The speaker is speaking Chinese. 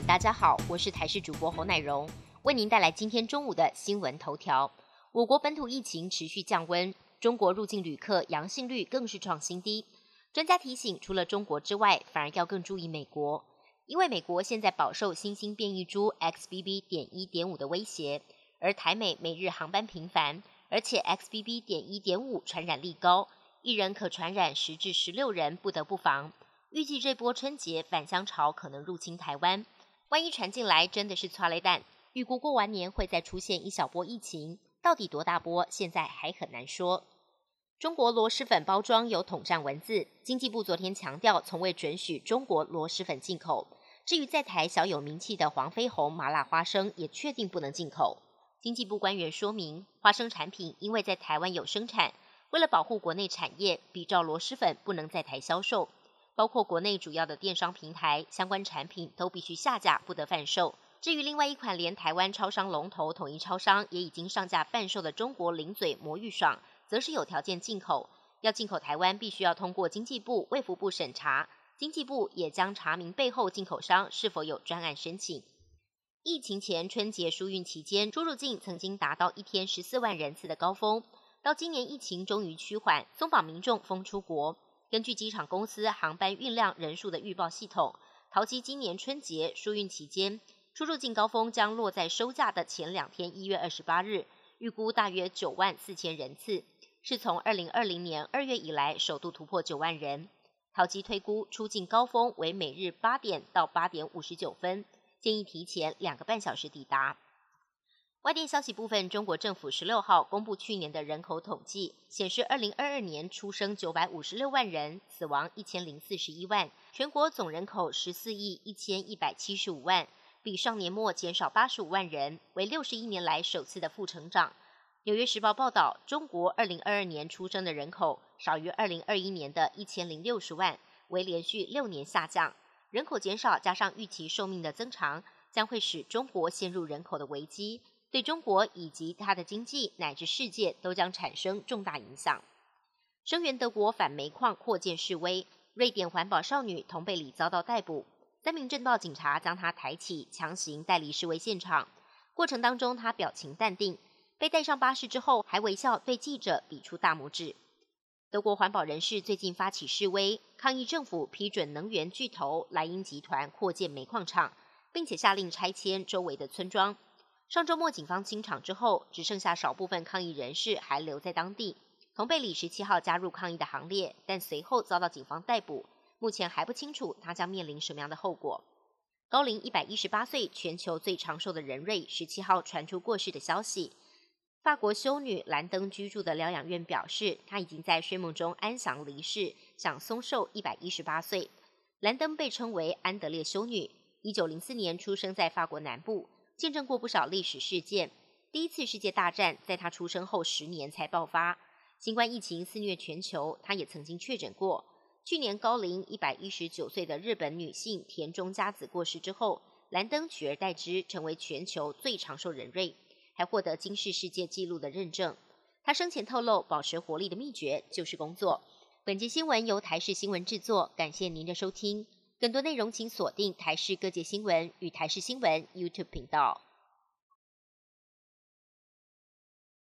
大家好，我是台视主播侯乃荣，为您带来今天中午的新闻头条。我国本土疫情持续降温，中国入境旅客阳性率更是创新低。专家提醒，除了中国之外，反而要更注意美国，因为美国现在饱受新兴变异株 XBB.1.5 的威胁，而台美每日航班频繁，而且 XBB.1.5 传染力高，一人可传染10至16人，不得不防。预计这波春节返乡潮可能入侵台湾，万一传进来真的是剉咧蛋，预估过完年会再出现一小波疫情，到底多大波，现在还很难说。中国螺蛳粉包装有统战文字，经济部昨天强调从未准许中国螺蛳粉进口。至于在台小有名气的黄飞鸿麻辣花生，也确定不能进口。经济部官员说明，花生产品因为在台湾有生产，为了保护国内产业，比照螺蛳粉不能在台销售。包括国内主要的电商平台，相关产品都必须下架，不得贩售。至于另外一款连台湾超商龙头统一超商也已经上架贩售的中国零嘴魔芋爽，则是有条件进口。要进口台湾，必须要通过经济部、卫福部审查，经济部也将查明背后进口商是否有专案申请。疫情前春节疏运期间，出入境曾经达到一天14万人次的高峰，到今年疫情终于趋缓，松绑民众封出国。根据机场公司航班运量人数的预报系统，桃机今年春节疏运期间，出入境高峰将落在收假的前2天1月28日，预估大约9万4千人次，是从2020年2月以来首度突破9万人。桃机推估出境高峰为每日8点到8点59分，建议提前2个半小时抵达。外电消息部分，中国政府16号公布去年的人口统计，显示2022年出生956万人，死亡1041万，全国总人口14亿1175万，比上年末减少85万人，为61年来首次的负成长。纽约时报报道，中国2022年出生的人口少于2021年的1060万，为连续6年下降。人口减少加上预期寿命的增长，将会使中国陷入人口的危机，对中国以及它的经济乃至世界都将产生重大影响。声援德国反煤矿扩建示威，瑞典环保少女童贝里遭到逮捕，3名镇暴警察将她抬起，强行带离示威现场。过程当中，她表情淡定，被带上巴士之后还微笑对记者比出大拇指。德国环保人士最近发起示威，抗议政府批准能源巨头莱茵集团扩建煤矿厂，并且下令拆迁周围的村庄。上周末警方清场之后，只剩下少部分抗议人士还留在当地。童贝里17号加入抗议的行列，但随后遭到警方逮捕，目前还不清楚他将面临什么样的后果。高龄118岁、全球最长寿的人瑞17号传出过世的消息。法国修女兰登居住的疗养院表示，她已经在睡梦中安详离世，享松寿118岁。兰登被称为安德烈修女，1904年出生在法国南部，见证过不少历史事件。第一次世界大战在他出生后10年才爆发，新冠疫情肆虐全球，他也曾经确诊过。去年高龄119岁的日本女性田中佳子过世之后，兰登取而代之，成为全球最长寿人瑞，还获得金氏世界纪录的认证。他生前透露，保持活力的秘诀就是工作。本节新闻由台视新闻制作，感谢您的收听。更多内容请锁定台视各界新闻与台视新闻 YouTube 频道。